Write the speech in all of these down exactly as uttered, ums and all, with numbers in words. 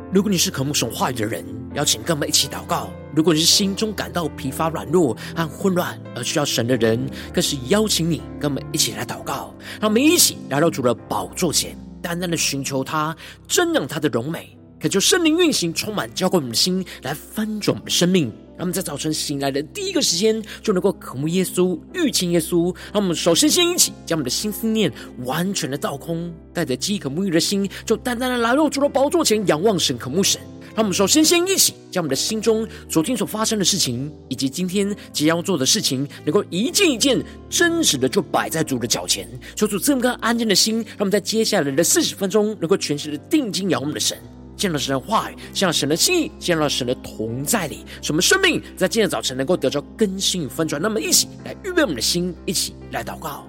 如果你是渴慕神话语的人，邀请跟我们一起祷告；如果你是心中感到疲乏软弱和混乱而需要神的人，更是邀请你跟我们一起来祷告。让我们一起来到主的宝座前，单单的寻求他，瞻仰他的荣美，恳求圣灵运行充满浇灌我们的心，来翻转我们的生命。让我们在早晨醒来的第一个时间就能够渴慕耶稣，遇见耶稣。让我们首先先一起将我们的心思念完全的倒空，带着饥渴沐浴的心，就单单的来到主的宝座前，仰望神，渴慕神。让我们首先先一起将我们的心中昨天所发生的事情，以及今天即将要做的事情，能够一件一件真实的就摆在主的脚前，求主赐我们安静的心，让我们在接下来的四十分钟能够全心的定睛仰望我们的神，见到神的话语，见到神的心意，见到神的同在里，使我们生命在今天的早晨能够得到更新与翻转。那么一起来预备我们的心，一起来祷告。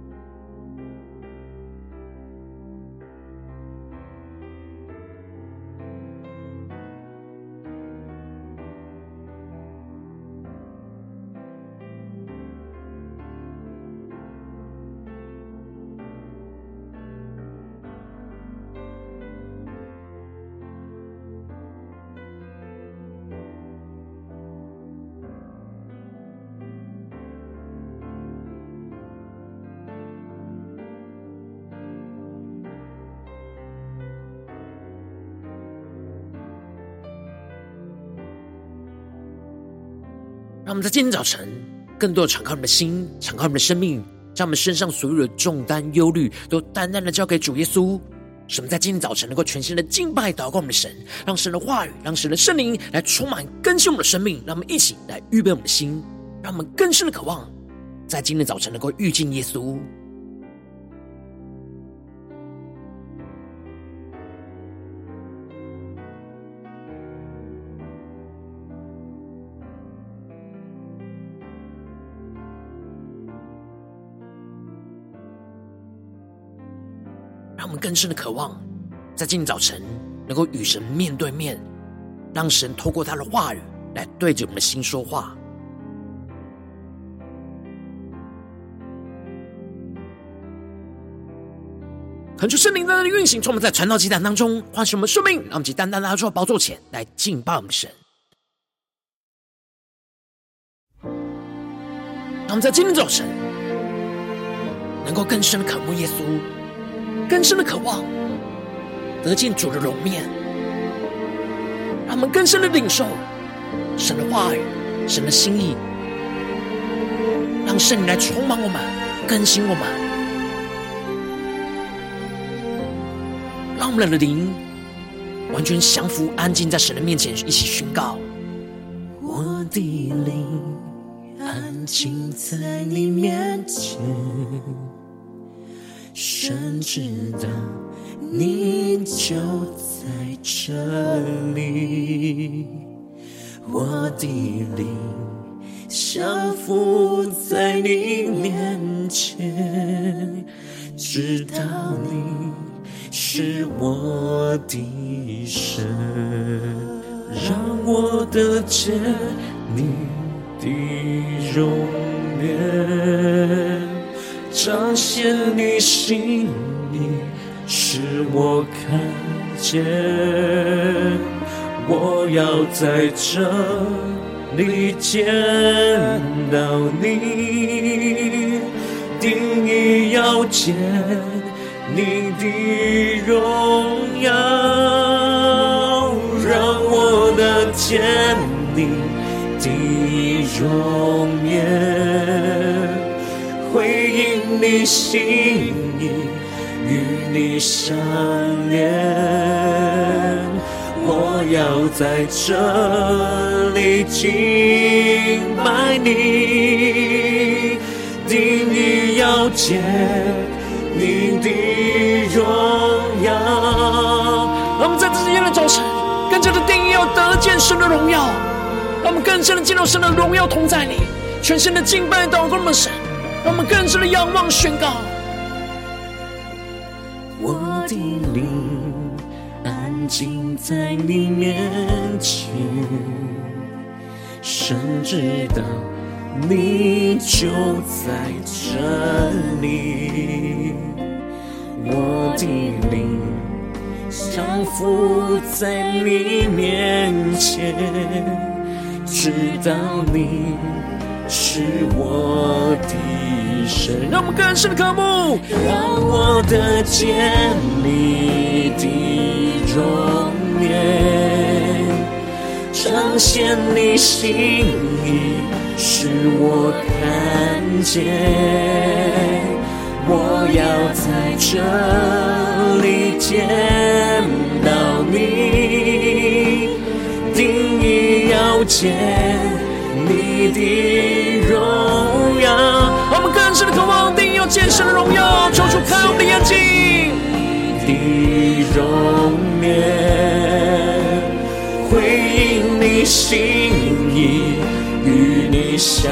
让我们在今天早晨更多的敞开我们的心，敞开我们的生命，将我们身上所有的重担忧虑都单单的交给主耶稣，使我们在今天早晨能够全心的敬拜祷告我们的神，让神的话语，让神的圣灵来充满更新我们的生命。让我们一起来预备我们的心，让我们更深的渴望在今天早晨能够遇见耶稣。让我们更深的渴望在今天早晨能够与神面对面，让神透过他的话语来对着我们的心说话。恳求圣灵在那里运行，充满在传道祭坛当中，唤醒我们生命，让我们以单单来到宝座前来敬拜我们的神。让我们在今天早晨能够更深的渴慕耶稣，更深的渴望得见主的容面，让我们更深的领受神的话语，神的心意，让圣灵来充满我们，更新我们，让我们的灵完全降服，安静在神的面前，一起宣告：我的灵安静在你面前，神知道你就在这里，我的灵降服在你面前，知道你是我的神，让我得见你的容颜，彰显你心意，使我看见。我要在这里见到你，定义要见你的荣耀，让我得见你的容颜，回应你心意，与你相连。我要在这里敬拜你，定义要见你的荣耀。让我们在这今天的早晨更加的定义要得见神的荣耀，让我们更深的进入神的荣耀同在里，全身的敬拜祷告我们神，让我们更深的仰望宣告：我的灵安静在你面前，神知道你就在这里，我的灵降服在你面前，知道你是我的神。让我们更深的渴慕，让我得见你的容颜，彰显你心意，使我看见。我要在这里见到你，定义要见你的荣耀。我们更深的渴望，定义要见神的荣耀，求主开我们的眼睛，的容颜，回应你心意，与你相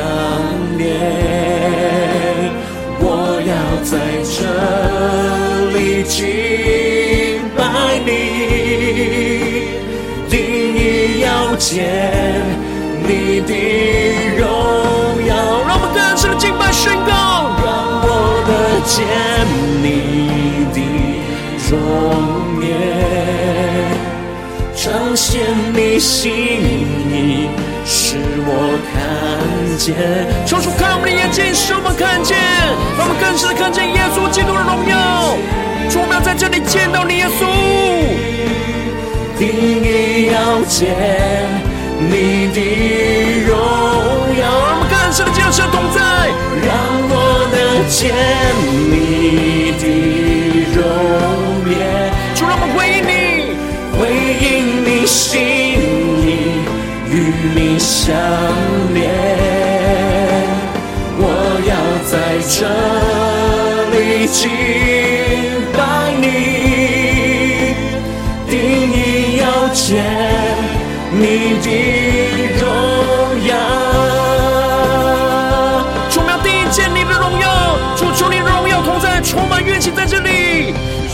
连。我要在这里敬拜你，定义要见你的荣耀。让我们更深的敬拜宣告，让我得见你的容颜，彰显你心意，使我看见。求主开我们的眼睛，使我们看见，让我们更深的看见耶稣基督的荣耀。主，我们要在这里见到你耶稣，定义要见你的荣耀。让我们更深的见到神同在，让我能见你的容颜。主，让我们回应你，回应你心意，与你相连。我要在这里敬拜你，定义要见你的荣耀。主，我们要定义见你的荣耀。主，求你的荣耀同在，充满运行在这里。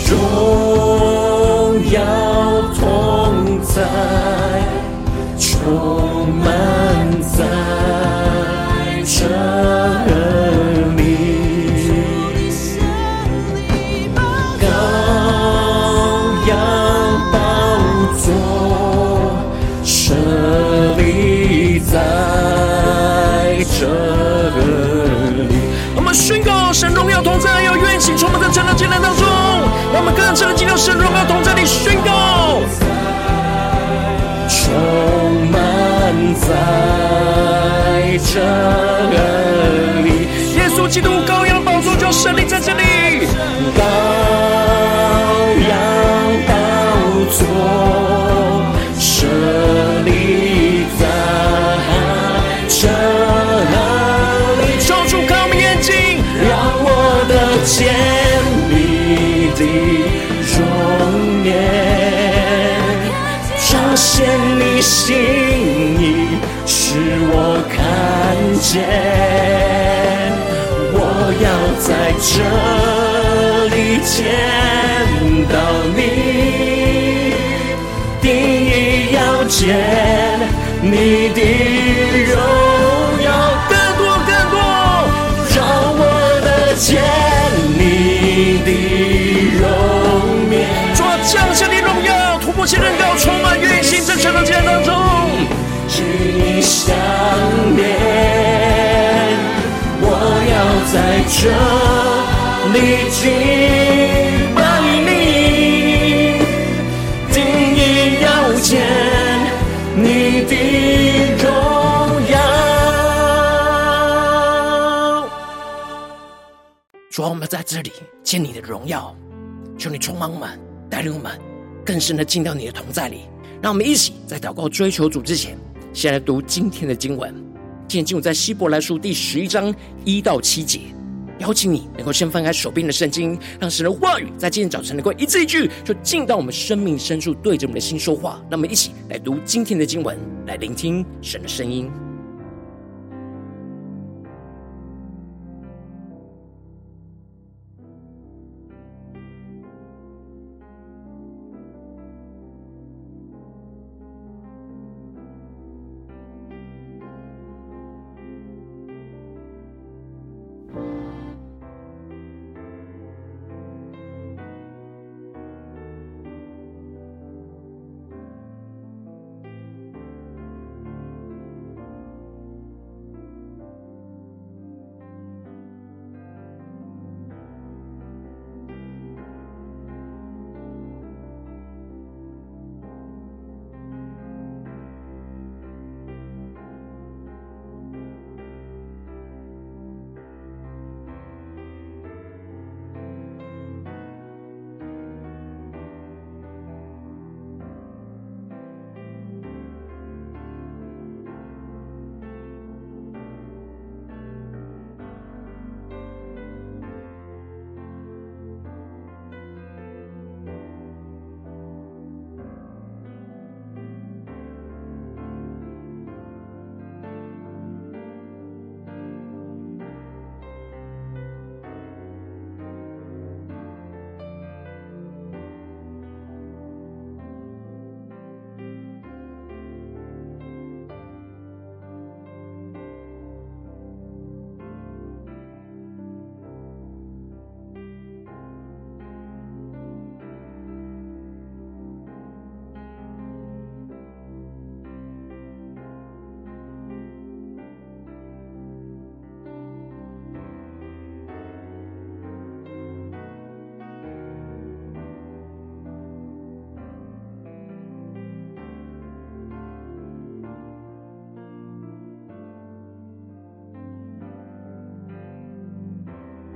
荣耀同在，充满在这里，羔羊宝座设立在这里。我们宣告神荣耀同在，要运行充满在这样的艰难当中。让我们更深的进入神荣耀同在里宣告，充满在这里。耶稣基督羔羊宝座就设立在这里，羔羊宝座设立在这里。求主开我们眼睛，让我得见你的容颜，彰显你心意，使我看见。我要在这里见到你，定义要见你的荣耀。更多更多，让我得见你的容颜。主啊，降下你荣耀，突破性人高，充满运行在全能艰难当中，与你相连。我要在这里敬拜你，定义要见你的荣耀。主啊，我们在这里见你的荣耀，求你充满我们，带领我们更深的进到你的同在里。让我们一起在祷告追求主之前，先来读今天的经文。今天经文在希伯来书第十一章一到七节。邀请你能够先翻开手边的圣经，让神的话语在今天早晨能够一字一句就进到我们生命深处，对着我们的心说话。让我们一起来读今天的经文，来聆听神的声音。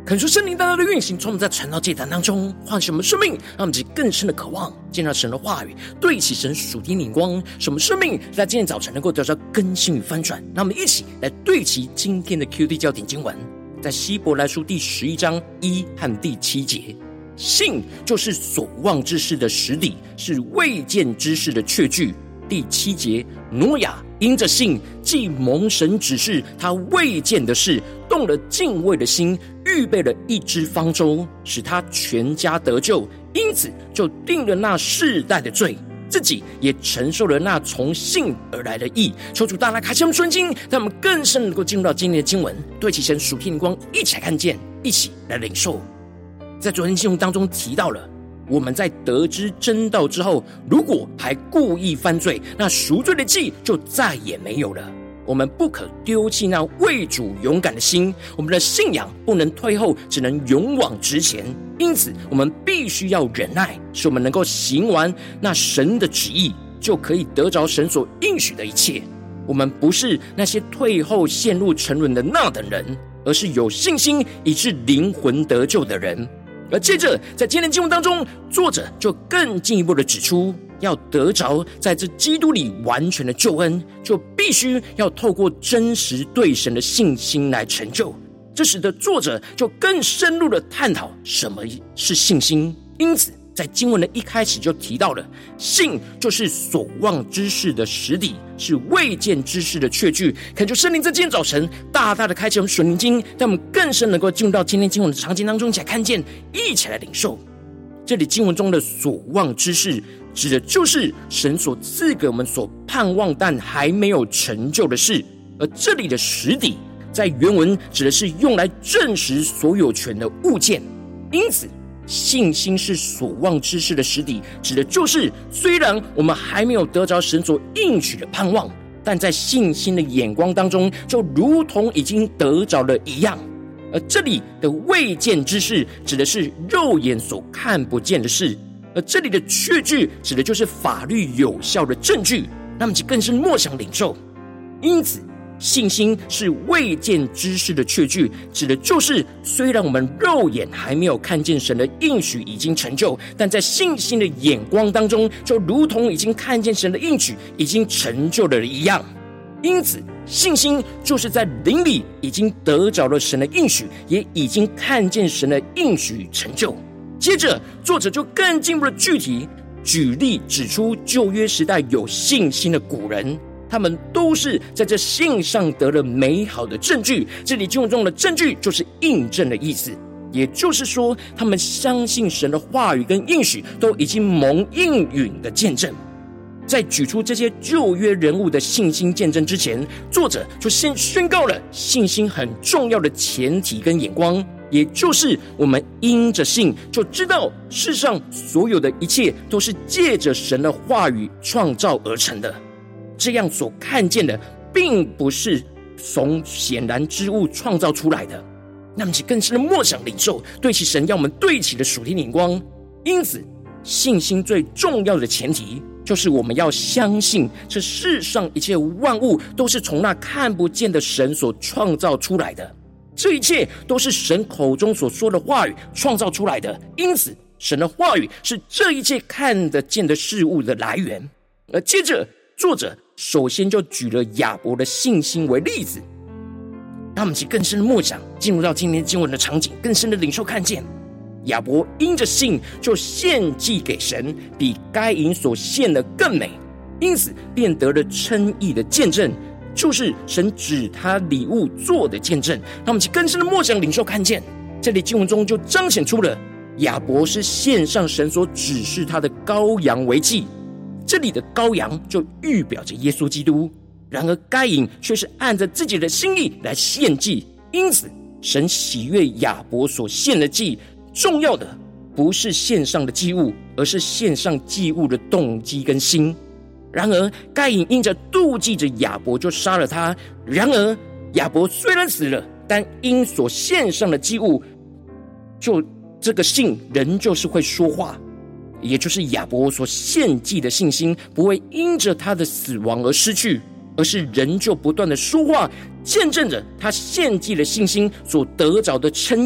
恳求圣灵大大的运行，从我们在传道祭坛当中唤醒我们生命，让我们更深的渴望见到神的话语，对齐神属天灵光，使我们生命在今天早晨能够得到更新与翻转。让我们一起来对齐今天的 Q D 焦点经文，在希伯来书第十一章一和第七节。信就是所望之事的实底，是未见之事的确据。第七节，挪亚因着信，既蒙神指示他未见的事，动了敬畏的心，预备了一只方舟，使他全家得救，因此就定了那世代的罪，自己也承受了那从信而来的义。求主大大开启我们顺经，让我们更深能够进入到今天的经文，对齐神属天的光，一起来看见，一起来领受。在昨天经文当中提到了，我们在得知真道之后，如果还故意犯罪，那赎罪的祭就再也没有了。我们不可丢弃那为主勇敢的心，我们的信仰不能退后，只能勇往直前。因此我们必须要忍耐，使我们能够行完那神的旨意，就可以得着神所应许的一切。我们不是那些退后陷入沉沦的那等人，而是有信心以致灵魂得救的人。而接着在今天经文当中，作者就更进一步的指出，要得着在这基督里完全的救恩，就必须要透过真实对神的信心来成就。这使得作者就更深入的探讨什么是信心。因此在经文的一开始就提到了，信就是所望之事的实底，是未见之事的确据。恳求圣灵在今天早晨大大的开启我们属灵经，让我们更深能够进入到今天经文的场景当中，一起来看见，一起来领受。这里经文中的所望之事，指的就是神所赐给我们所盼望但还没有成就的事。而这里的实底在原文指的是用来证实所有权的物件。因此信心是所望之事的实底，指的就是虽然我们还没有得着神所应许的盼望，但在信心的眼光当中，就如同已经得着了一样。而这里的未见之事，指的是肉眼所看不见的事，而这里的确据，指的就是法律有效的证据，那么就更是默想领受。因此信心是未见之事的确据，指的就是虽然我们肉眼还没有看见神的应许已经成就，但在信心的眼光当中，就如同已经看见神的应许已经成就了一样。因此信心就是在灵里已经得着了神的应许，也已经看见神的应许成就。接着作者就更进一步的具体举例指出旧约时代有信心的古人，他们都是在这信上得了美好的证据。这里经文中的证据就是印证的意思，也就是说他们相信神的话语跟应许都已经蒙应允的见证。在举出这些旧约人物的信心见证之前，作者就先宣告了信心很重要的前提跟眼光，也就是我们因着信就知道世上所有的一切都是借着神的话语创造而成的。这样所看见的并不是从显然之物创造出来的，那么其更深的默想领受，对其神要我们对齐的属天眼光。因此信心最重要的前提就是我们要相信这世上一切万物都是从那看不见的神所创造出来的，这一切都是神口中所说的话语创造出来的。因此神的话语是这一切看得见的事物的来源。而接着作者首先就举了亚伯的信心为例子，让我们去更深的默想，进入到今天经文的场景，更深的领受看见亚伯因着信就献祭给神，比该隐所献的更美，因此便得了称义的见证，就是神指他礼物做的见证。让我们去更深的默想领受看见，这里经文中就彰显出了亚伯是献上神所指示他的羔羊为祭，这里的羔羊就预表着耶稣基督。然而该隐却是按着自己的心意来献祭，因此神喜悦亚伯所献的祭，重要的不是献上的祭物，而是献上祭物的动机跟心。然而该隐因着妒忌着亚伯就杀了他，然而亚伯虽然死了，但因所献上的祭物，就这个信仍旧是会说话，也就是亚伯所献祭的信心不会因着他的死亡而失去，而是仍旧不断的说话，见证着他献祭的信心所得着的称义，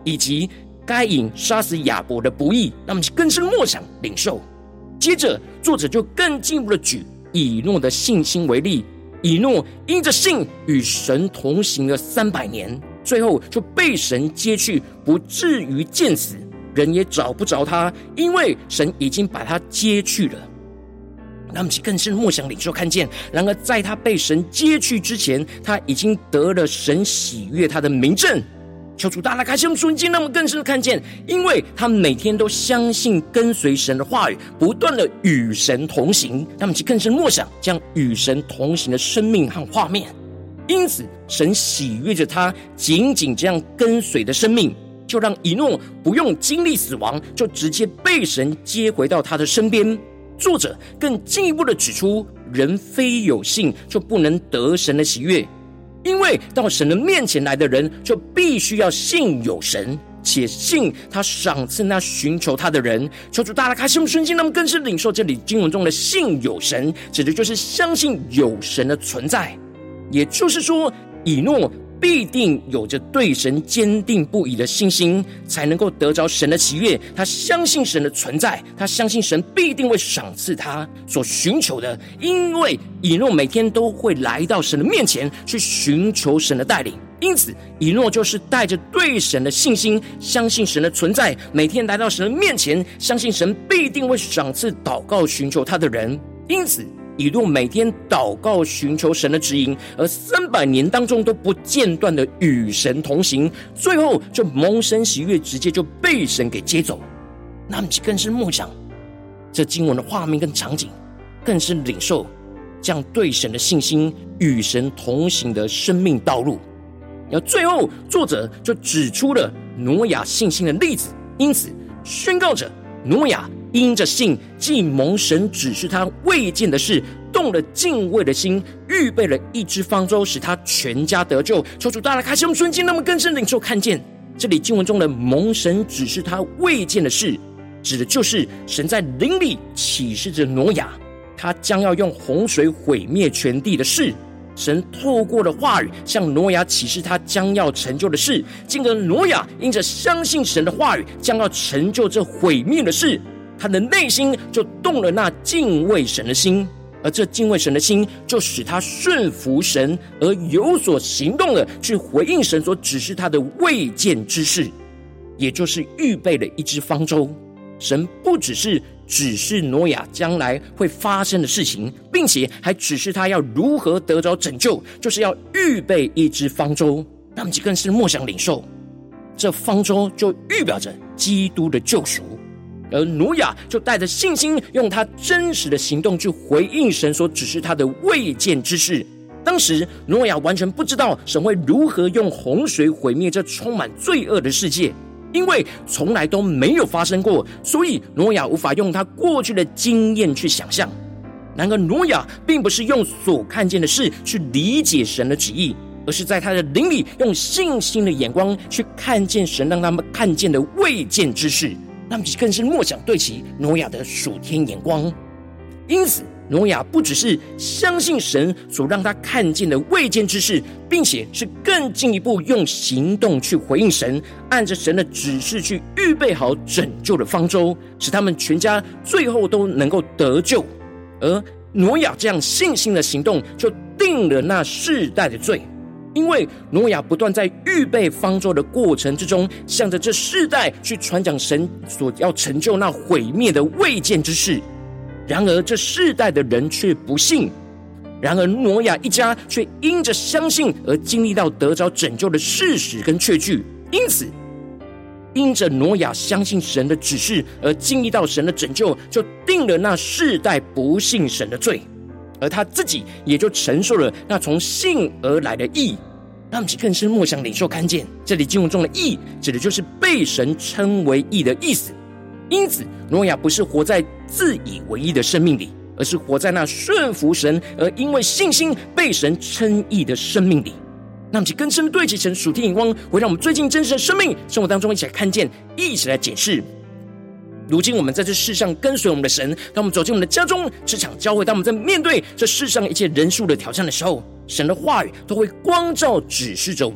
以及该隐杀死亚伯的不义，让我们更深默想领受。接着作者就更进一步的举以诺的信心为例，以诺因着信与神同行了三百年，最后就被神接去，不至于见死，人也找不着他，因为神已经把他接去了。让我们更深默想领受看见，然而在他被神接去之前，他已经得了神喜悦他的明证。求主大大开启我们属灵眼睛，让我们更深的看见，因为他每天都相信跟随神的话语，不断的与神同行。让我们更深默想这样与神同行的生命和画面，因此神喜悦着他紧紧这样跟随的生命，就让以诺不用经历死亡，就直接被神接回到他的身边。作者更进一步的指出，人非有信就不能得神的喜悦，因为到神的面前来的人，就必须要信有神，且信他赏赐那寻求他的人。求主大家开启我们瞬间，让我们更是领受这里经文中的信有神，指的就是相信有神的存在。也就是说，以诺必定有着对神坚定不移的信心，才能够得着神的喜悦。他相信神的存在，他相信神必定会赏赐他所寻求的，因为以诺每天都会来到神的面前去寻求神的带领。因此以诺就是带着对神的信心，相信神的存在，每天来到神的面前，相信神必定会赏赐祷告寻求他的人。因此以诺每天祷告寻求神的指引，而三百年当中都不间断的与神同行，最后就蒙神喜悦，直接就被神给接走。那么更是默想这经文的画面跟场景，更是领受这样对神的信心，与神同行的生命道路。然后最后作者就指出了挪亚信心的例子，因此宣告着挪亚因着信，既蒙神指示他未见的事，动了敬畏的心，预备了一只方舟，使他全家得救。求主大大开启我们瞬间，让我们更深领受看见这里经文中的蒙神指示他未见的事，指的就是神在灵里启示着挪亚，他将要用洪水毁灭全地的事。神透过了话语向挪亚启示他将要成就的事，进而挪亚因着相信神的话语将要成就这毁灭的事，他的内心就动了那敬畏神的心，而这敬畏神的心就使他顺服神，而有所行动的去回应神所指示他的未见之事，也就是预备了一只方舟。神不只是指示挪亚将来会发生的事情，并且还指示他要如何得着拯救，就是要预备一只方舟。让我们更是默想领受，这方舟就预表着基督的救赎，而挪亚就带着信心，用他真实的行动去回应神所指示他的未见之事。当时挪亚完全不知道神会如何用洪水毁灭这充满罪恶的世界，因为从来都没有发生过，所以挪亚无法用他过去的经验去想象。然而挪亚并不是用所看见的事去理解神的旨意，而是在他的灵里用信心的眼光去看见神让他们看见的未见之事，让其更是默想对齐挪亚的属天眼光。因此挪亚不只是相信神所让他看见的未见之事，并且是更进一步用行动去回应神，按着神的指示去预备好拯救的方舟，使他们全家最后都能够得救。而挪亚这样信心的行动就定了那世代的罪，因为挪亚不断在预备方舟的过程之中，向着这世代去传讲神所要成就那毁灭的未见之事。然而这世代的人却不信，然而挪亚一家却因着相信而经历到得着拯救的事实跟确据。因此因着挪亚相信神的指示而经历到神的拯救，就定了那世代不信神的罪，而他自己也就承受了那从信而来的义。让我们更深默想领受看见，这里经文中的义指的就是被神称为义的意思。因此挪亚不是活在自以为义的生命里，而是活在那顺服神而因为信心被神称义的生命里。那么其更深对齐神属天眼光，会让我们最近真实的生命生活当中一起来看见，一起来检视。如今我们在这世上跟随我们的神，当我们走进我们的家中、职场、教会，当我们在面对这世上一切人数的挑战的时候，神的话语都会光照指示着我们，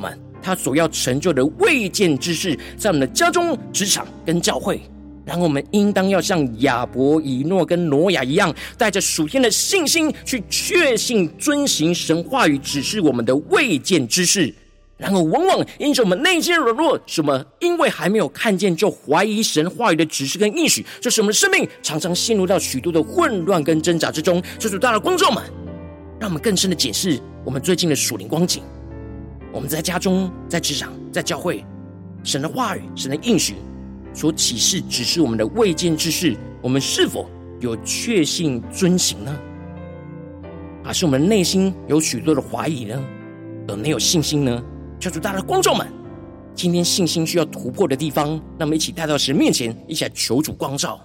他所要成就的未见之事，在我们的家中、职场跟教会。然后我们应当要像亚伯、以诺跟挪亚一样，带着属天的信心去确信遵行神话语指示我们的未见之事。然而往往因着我们内心软弱，使我们因为还没有看见就怀疑神话语的指示跟应许，这使我们的生命常常陷入到许多的混乱跟挣扎之中。这主大的光照们，让我们更深的解释我们最近的属灵光景。我们在家中、在职场、在教会，神的话语、神的应许所启示指示我们的未见之事，我们是否有确信遵行呢？还是我们内心有许多的怀疑呢，而没有信心呢？求主大的光照们，今天信心需要突破的地方，让我们一起带到神面前，一起来求主光照。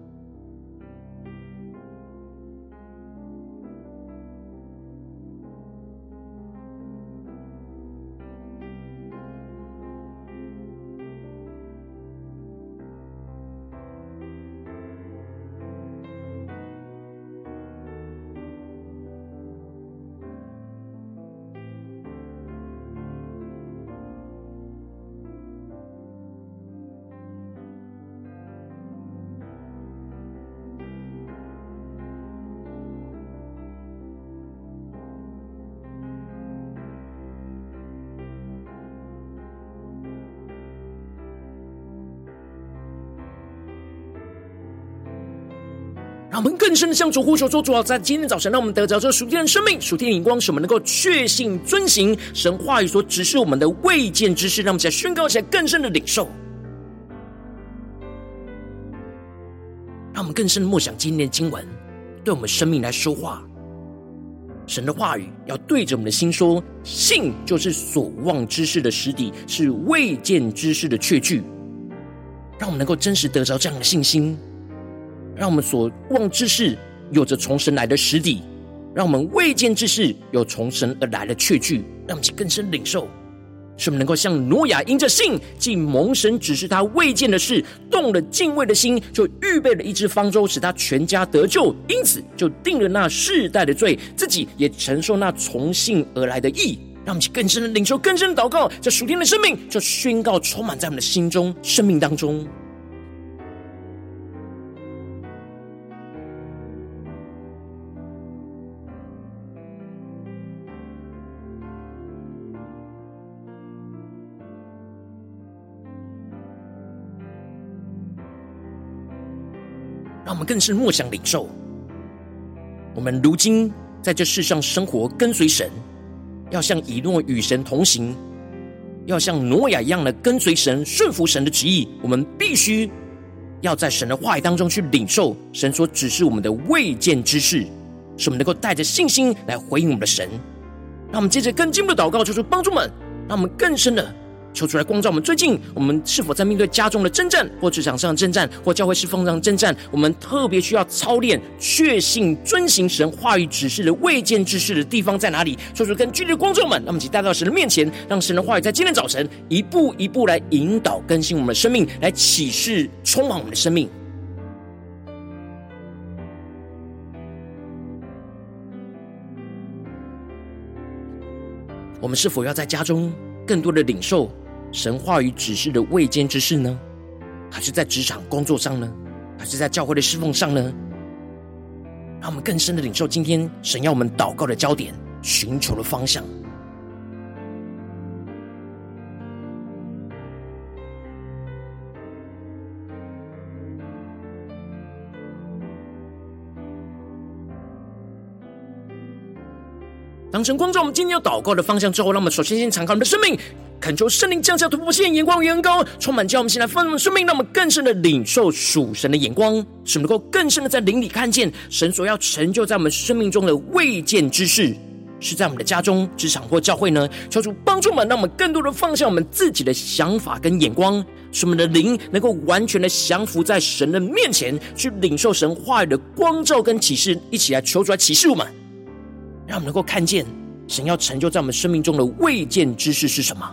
让我们更深的向主呼求说，主啊，在今天早晨让我们得着这属天的生命、属天的眼光，使我们能够确信遵行神话语所指示我们的未见之事，让我们起来宣告，起来更深的领受，让我们更深的默想今天的经文对我们生命来说话。神的话语要对着我们的心说，信就是所望之事的实底，是未见之事的确据。让我们能够真实得着这样的信心，让我们所望之事有着从神来的实底，让我们未见之事有从神而来的确据，让我们更深领受，使我们能够像挪亚因着信，既蒙神指示他未见的事，动了敬畏的心，就预备了一只方舟，使他全家得救，因此就定了那世代的罪，自己也承受那从信而来的义。让我们更深的领受，更深的祷告，这属天的生命就宣告充满在我们的心中、生命当中。让我们更是默想领受，我们如今在这世上生活，跟随神，要像以诺与神同行，要像挪亚一样的跟随神、顺服神的旨意。我们必须要在神的话语当中去领受神所指示我们的未见之事，使我们能够带着信心来回应我们的神。让我们接着更进一步的祷告，求主帮助们，让我们更深的求出来光照我们。最近我们是否在面对家中的征战，或职场上的征战，或教会侍奉上的征战，我们特别需要操练确信遵行神话语指示的未见之事的地方在哪里？求主跟具体的光照们，让我们一起带到神的面前，让神的话语在今天早晨一步一步来引导更新我们的生命，来启示充满我们的生命。我们是否要在家中更多的领受神话语指示的未见之事呢？还是在职场工作上呢？还是在教会的侍奉上呢？让我们更深的领受今天神要我们祷告的焦点，寻求的方向。当神光照我们今天要祷告的方向之后，让我们首先先敞开我们的生命，恳求圣灵降下突破性眼光与恩膏，充满叫我们先来丰盛的生命，让我们更深的领受属神的眼光，使我们能够更深的在灵里看见神所要成就在我们生命中的未见之事，是在我们的家中、职场或教会呢？求主帮助我们，让我们更多的放下我们自己的想法跟眼光，使我们的灵能够完全的降服在神的面前，去领受神话语的光照跟启示。一起来求主来启示我们，让我们能够看见神要成就在我们生命中的未见之事是什么。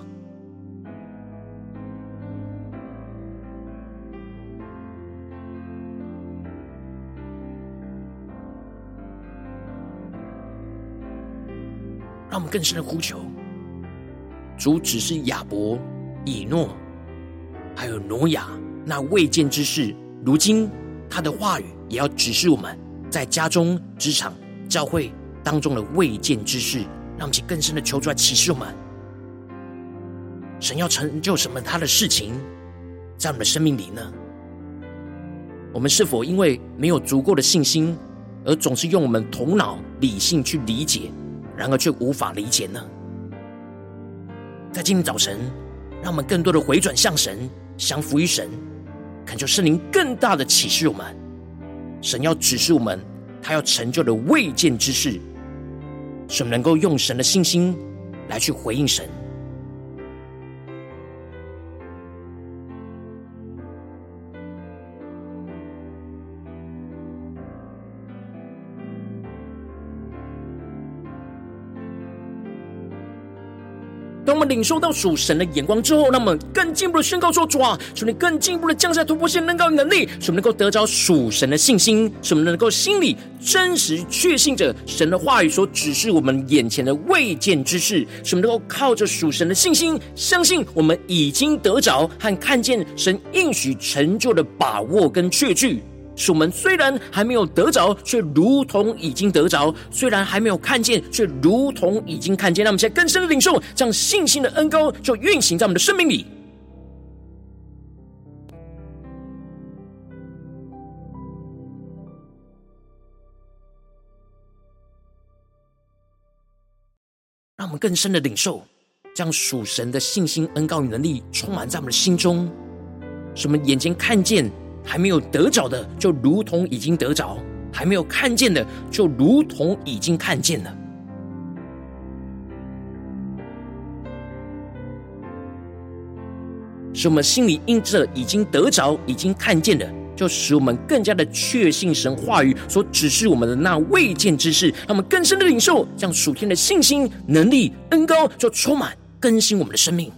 让我们更深的呼求， 主指示亚伯、以诺还有挪亚那未见之事，如今他的话语也要指示我们在家中、职场、教会当中的未见之事，让我们去更深的求主来启示我们，神要成就什么他的事情在我们的生命里呢？我们是否因为没有足够的信心，而总是用我们头脑理性去理解，然而却无法理解呢？在今天早晨，让我们更多的回转向神，降服于神，恳求圣灵更大的启示我们，神要指示我们他要成就的未见之事，使我们能够用神的信心来去回应神。当我们领受到属神的眼光之后，让我们更进一步的宣告说：主啊，求你更进一步的降下突破性能高能力，使我们能够得着属神的信心，使我们能够心里真实确信着神的话语所指示我们眼前的未见之事，使我们能够靠着属神的信心，相信我们已经得着和看见神应许成就的把握跟确据。使我们虽然还没有得着，却如同已经得着；虽然还没有看见，却如同已经看见。让我们现在更深的领受，这样信心的恩膏就运行在我们的生命里。让我们更深的领受，这样属神的信心恩膏与能力充满在我们的心中，使我们眼前看见还没有得着的，就如同已经得着；还没有看见的，就如同已经看见了。使我们心里因着已经得着、已经看见的，就使我们更加的确信神话语所指示我们的那未见之事，让我们更深的领受，这样属天的信心、能力、恩膏就充满更新我们的生命。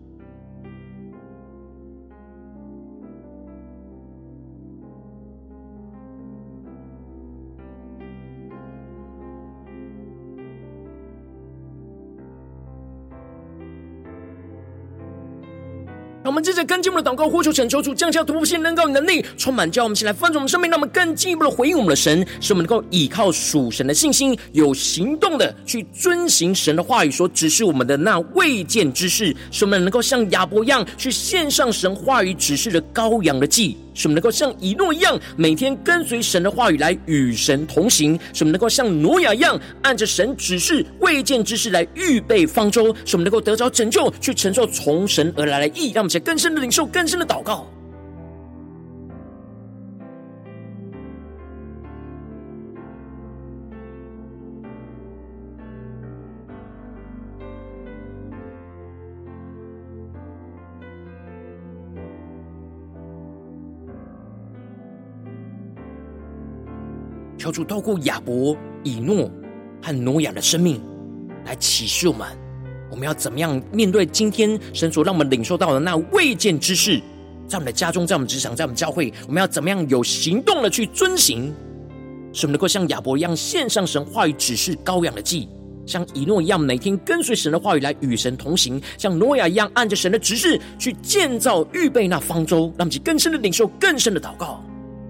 让我们接着更进一步的祷告，呼求神求主降下突破性能高能力，充满叫我们起来翻转我们生命，让我们更进一步的回应我们的神，使我们能够依靠属神的信心，有行动的去遵行神的话语所指示我们的那未见之事，使我们能够像亚伯一样去献上神话语指示的羔羊的祭，使我们能够像以诺一样每天跟随神的话语来与神同行，使我们能够像挪亚一样按着神指示未见之事来预备方舟，使我们能够得着拯救，去承受从神而来的义。让我们在更深的领受，更深的祷告。求主透过亚伯、以诺和挪亚的生命来启示我们，我们要怎么样面对今天神所让我们领受到的那未见之事，在我们的家中，在我们职场，在我们教会，我们要怎么样有行动的去遵行，使我们能够像亚伯一样献上神话语指示羔羊的祭，像以诺一样每天跟随神的话语来与神同行，像挪亚一样按着神的指示去建造预备那方舟，让我们更深的领受，更深的祷告。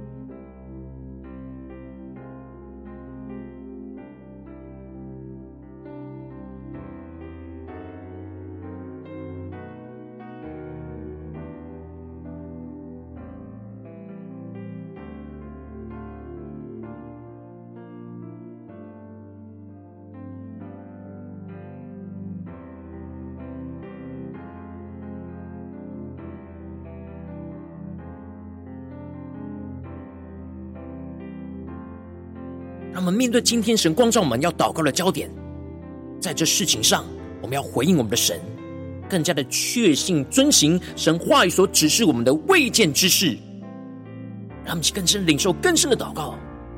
让我们面对今天神光照我们要祷告的焦点，在这事情上，我们要回应我们的神，更加的确信遵行神话语所指示我们的未见之事，让我们更深领受更深的祷告。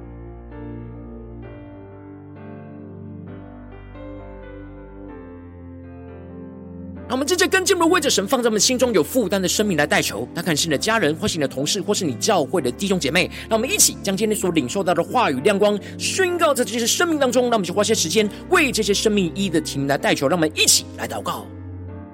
让我们接着更进一步的为着神放在我们心中有负担的生命来代求，他可能是你的家人，或是你的同事，或是你教会的弟兄姐妹。让我们一起将今天所领受到的话语亮光宣告在这些生命当中，让我们去花些时间为这些生命一一的题目来代求。让我们一起来祷告。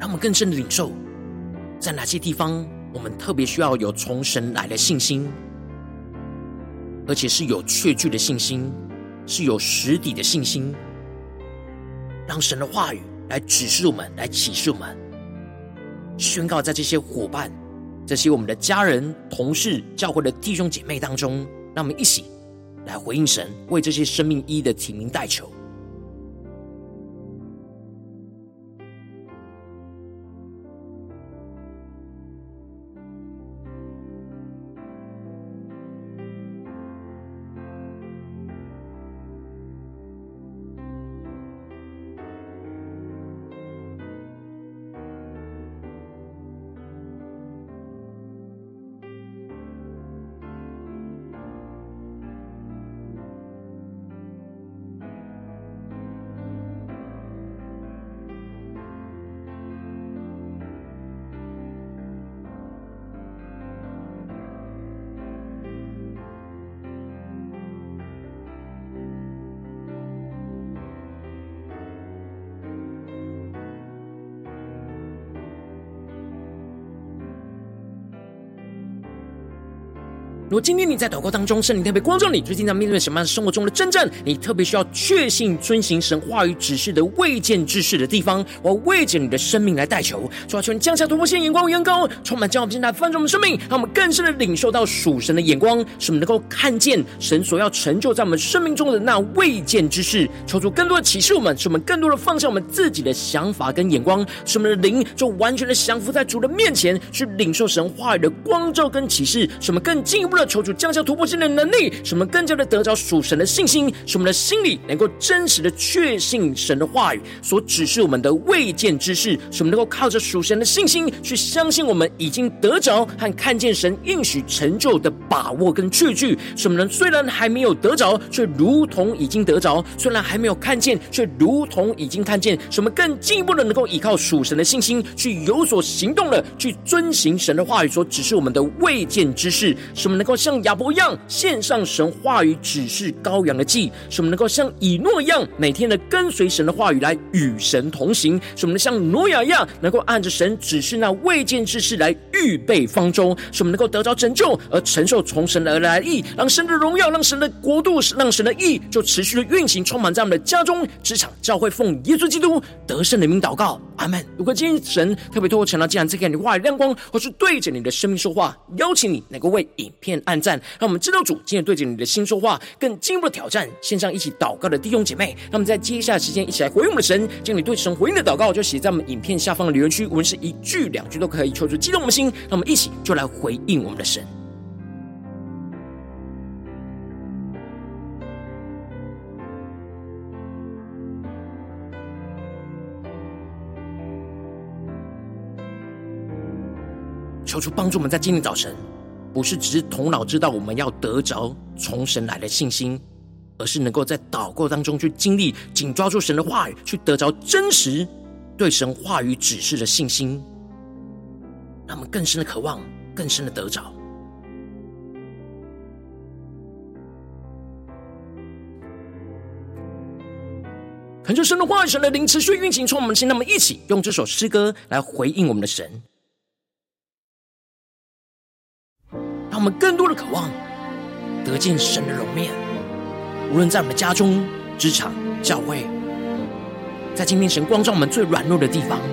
让我们更深的领受，在哪些地方我们特别需要有从神来的信心，而且是有确据的信心，是有实底的信心，让神的话语来指示我们，来启示我们，宣告在这些伙伴，这些我们的家人、同事、教会的弟兄姐妹当中，让我们一起来回应神，为这些生命一的提名代求。如果今天你在祷告当中，圣灵特别光照你，最近在面对什么样的生活中的征战，你特别需要确信遵行神话语指示的未见之事的地方，我要为着你的生命来代求，主要求你降下突破线眼光与眼高，充满将我们现在翻转我们生命，让我们更深的领受到属神的眼光，使我们能够看见神所要成就在我们生命中的那未见之事。求主更多的启示我们，使我们更多的放下我们自己的想法跟眼光，使我们的灵就完全的降服在主的面前，去领受神话语的光照跟启示，使我们更进一步的求主降下突破性的能力，使我们更加的得着属神的信心，使我们的心里能够真实的确信神的话语所指示我们的未见之事，使我们能够靠着属神的信心去相信我们已经得着和看见神应许成就的把握跟确据，使我们虽然还没有得着，却如同已经得着；虽然还没有看见，却如同已经看见。使我们更进一步的能够依靠属神的信心，去有所行动了，去遵行神的话语所指示我们的未见之事，使我们能够像亚伯一样献上神话语指示羔羊的祭，使我们能够像以诺一样每天的跟随神的话语来与神同行，使我们像挪亚一样能够按着神指示那未见之事来预备方舟，使我们能够得着拯救而承受从神而来的义，让神的荣耀，让神的国度，让神的义就持续的运行，充满在我们的家中、职场、教会，奉耶稣基督得胜的名祷告，阿们。如果今天神特别透过陈老既然在给你话语亮光，或是对着你的生命说话，邀请你能够为影片按赞，让我们知道主今天对着你的心说话，更进一步的挑战线上一起祷告的弟兄姐妹，让我们在接下来时间一起来回应我们的神，将你对神回应的祷告就写在我们影片下方的留言区，无论是一句两句都可以，求出激动我们的心，让我们一起就来回应我们的神。求主帮助我们在今天早晨，不是只是头脑知道我们要得着从神来的信心，而是能够在祷告当中去经历，紧抓住神的话语，去得着真实对神话语指示的信心，让我们更深的渴望，更深的得着。恳求神的话语、神的灵持续运行从我们的心，让我们一起用这首诗歌来回应我们的神，让我们更多的渴望得见神的容面，无论在我们的家中、职场、教会，在今天神光照我们最软弱的地方，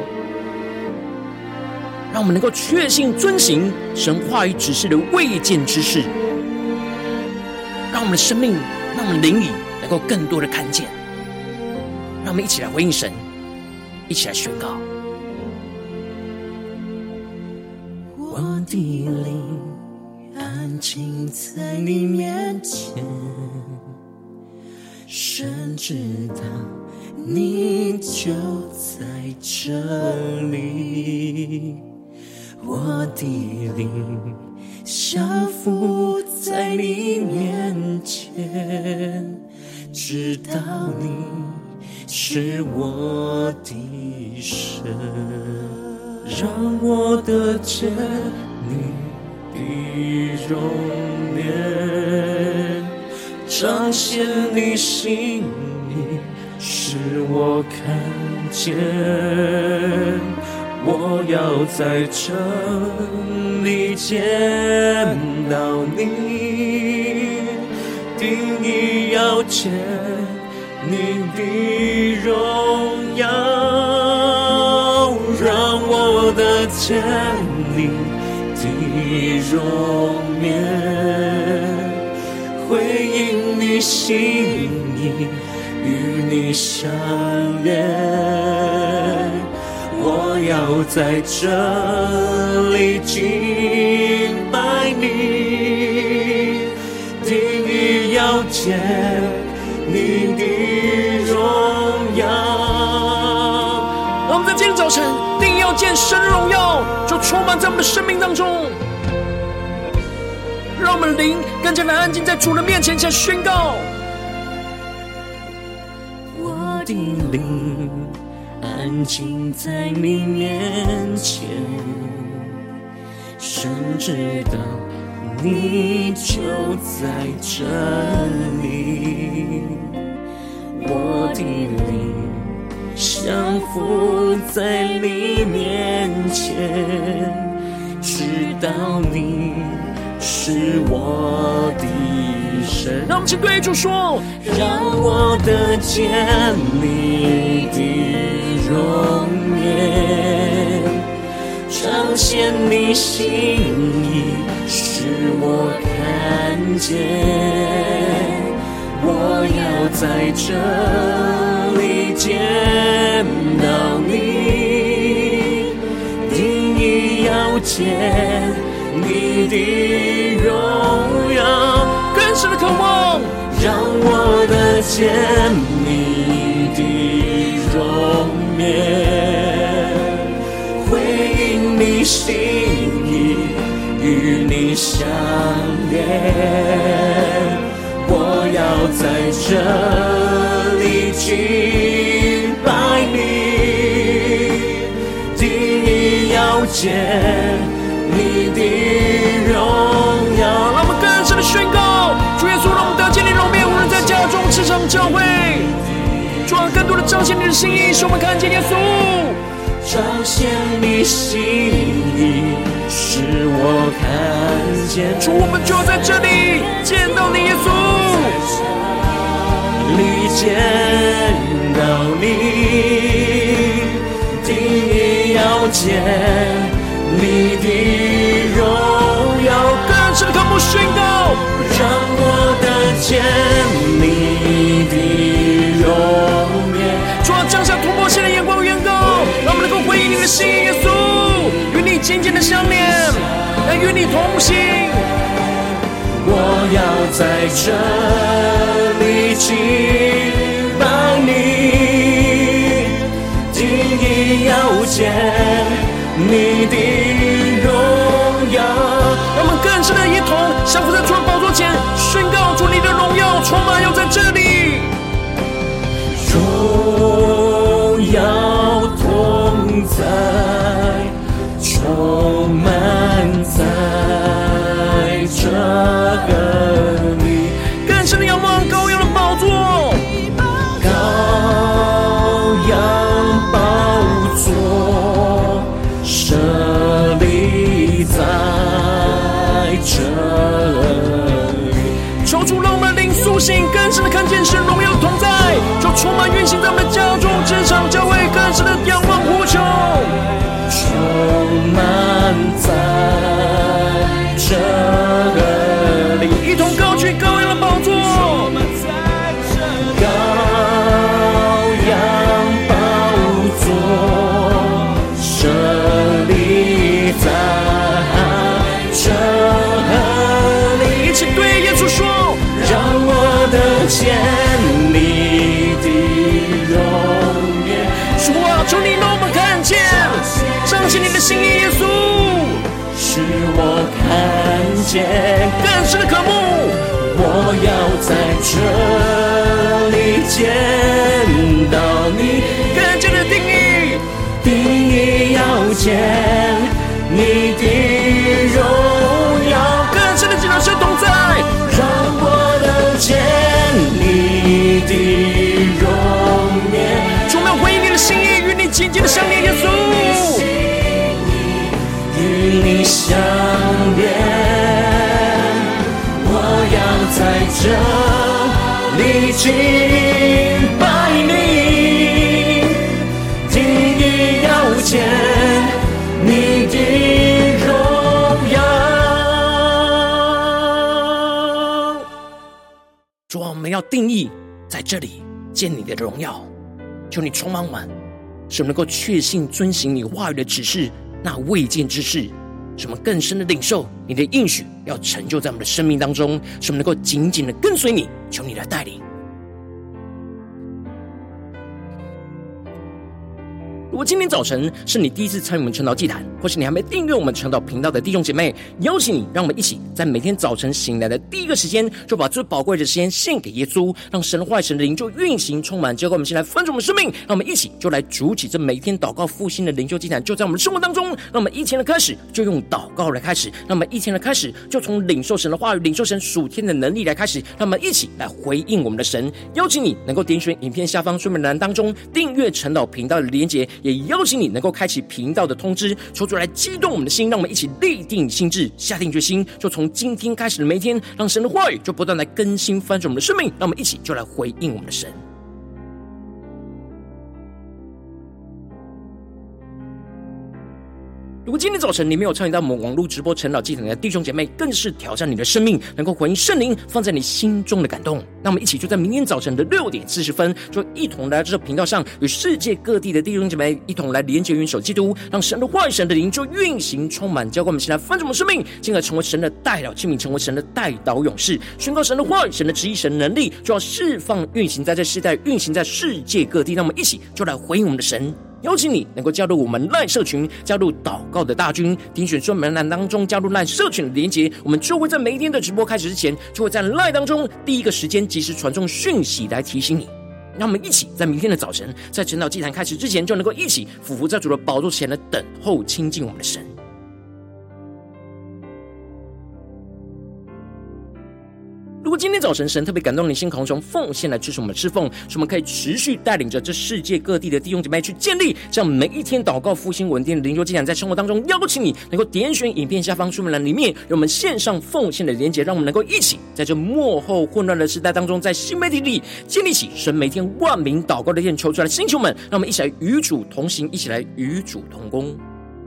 让我们能够确信遵行神话语指示的未见之事，让我们的生命，让我们的灵里能够更多的看见。让我们一起来回应神，一起来宣告。 我的灵安静在你面前，神知道你就在这里，我的灵降服在你面前，知道你是我的神，让我得见你的容颜，彰显你心意，使我看见我要在这里见到你，定义要见你的荣耀，让我的见你的容颜，回应你心意，与你相约。我要在这里敬拜你，定义要见你的荣耀。 让我们在今天早晨定义要见神的荣耀，就充满在我们的生命当中，让我们的灵更加的安静在主的面前下宣告。 我的灵安静在你面前，深知道你就在这里，我的灵降服在你面前，知道你是我的神。 让我们请对主说， 让我得见你的容颜，彰显你心意，使我看见。我要在这里见到你，定义要见你的荣耀， 更深的渴望， 让我得见你的容颜，回应你心意，与你相连。我要在这里敬拜你，定义要见你的荣耀。 让我们更深的宣告，主耶稣，让我们得见你容面，无论在家中、职场、教会，主啊，更多的彰显你的心意，使我们看见耶稣， 彰显你心意，使我看见。 主，我们就在这里见到你，耶稣， 里见到你，定义要见你的荣耀， 更深的渴慕宣告， 让我得见你的容颜。 主啊，降下突破性的眼光宣告，让我们能够回应你的心意，耶稣，与你紧紧的相连，来与你同行。 我要在这里敬拜你，定义要见你的荣耀。 让我们更深的一同降服在主的宝座前，宣告主你的荣耀充满要在这里， 荣耀同在，充满在这里。 更深的仰望羔羊的宝座， 羔羊宝座设立在这里。 求主让我们的灵苏醒，更深的看见神荣耀同在，就充满运行在我们的家中、职场、教会，更深的仰望呼求， 充满在这里。 一同高举羔羊的宝座， 羔羊宝座设立在这里。 一起对耶稣说， 让我得见你的容颜。 主啊，求你让我们看见，彰显你的心意，耶稣， 使我看见更深的渴慕。 我要在这里见到你， 更加的定义， 定义要见你的荣耀， 更深的见到神同在， 让我能见你的容颜。 充满回应你的心意，与你紧紧的相连，耶稣。 敬拜你，定义要见你的荣耀。 主啊，我们要定义在这里见你的荣耀，求你充满我们，使我们能够确信遵行你话语的指示，那未见之事，使我们更深的领受你的应许要成就在我们的生命当中，使我们能够紧紧的跟随你，求你来带领。如果今天早晨是你第一次参与我们晨祷祭坛，或是你还没订阅我们晨祷频道的弟兄姐妹，邀请你，让我们一起在每天早晨醒来的第一个时间，就把最宝贵的时间献给耶稣，让神的话语、神的灵就运行充满，结果我们先来分盛我们生命，让我们一起就来主起这每天祷告复兴的灵修祭坛，就在我们的生活当中。让我们一天的开始就用祷告来开始，让我们一天的开始就从领受神的话语、领受神属天的能力来开始，让我们一起来回应我们的神。邀请你能够点选影片下方说明栏当中订阅晨祷频道的连结，也邀请你能够开启频道的通知，求主来激动我们的心，让我们一起立定心志，下定决心，就从今天开始的每一天，让神的话语就不断来更新翻转我们的生命，让我们一起就来回应我们的神。如果今天早晨你没有参与到我们网络直播晨祷祭坛的弟兄姐妹，更是挑战你的生命，能够回应圣灵放在你心中的感动。那我们一起就在明天早晨的六点四十分，就一同来到这频道上，与世界各地的弟兄姐妹一同来连结元首基督，让神的话语、神的灵就运行充满，教灌我们，先来翻转我们生命，进而成为神的代祷器皿，成为神的代祷勇士，宣告神的话语、神的旨意、神的能力，就要释放运行在这世代，运行在世界各地。让我们一起就来回应我们的神。邀请你能够加入我们LINE社群，加入祷告的大军，点选说明栏当中加入LINE社群的连结，我们就会在每一天的直播开始之前，就会在LINE当中第一个时间及时传送讯息来提醒你。让我们一起在明天的早晨，在晨祷祭坛开始之前，就能够一起俯伏在主的宝座前来等候亲近我们的神。如果今天早晨神特别感动你心，渴望奉献来支持我们侍奉，使我们可以持续带领着这世界各地的弟兄姐妹去建立这样每一天祷告复兴稳定的灵修祭坛，在生活当中邀请你能够点选影片下方说明栏里面有我们线上奉献的连结，让我们能够一起在这末后混乱的时代当中，在新媒体里建立起神每天万名祷告的殿，求出来的星球们，让我们一起来与主同行，一起来与主同工。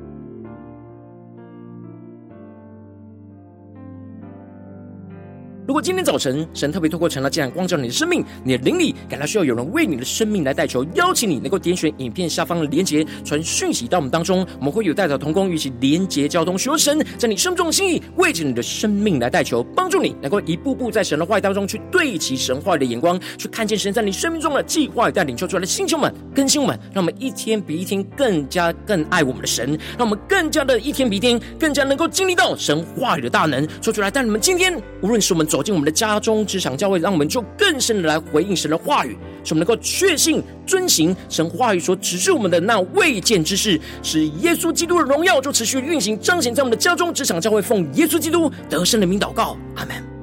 如果今天早晨神特别透过晨祷祭坛光照你的生命，你的灵里感到需要有人为你的生命来代求，邀请你能够点选影片下方的连结，传讯息到我们当中，我们会有代祷同工与其连结交通，求神在你生命中的心意为着你的生命来代求，帮助你能够一步步在神的话语当中去对齐神话语的眼光，去看见神在你生命中的计划与带领，求出来的星球们更新我们，让我们一天比一天更加更爱我们的神，让我们更加的一天比一天更加能够经历到神话语的大能，说出来带你们今天无论是我们走进我们的家中、职场、教会，让我们就更深的来回应神的话语，使我们能够确信遵行神话语所指示我们的那未见之事，使耶稣基督的荣耀就持续运行彰显在我们的家中、职场、教会，奉耶稣基督得胜的名祷告，阿们。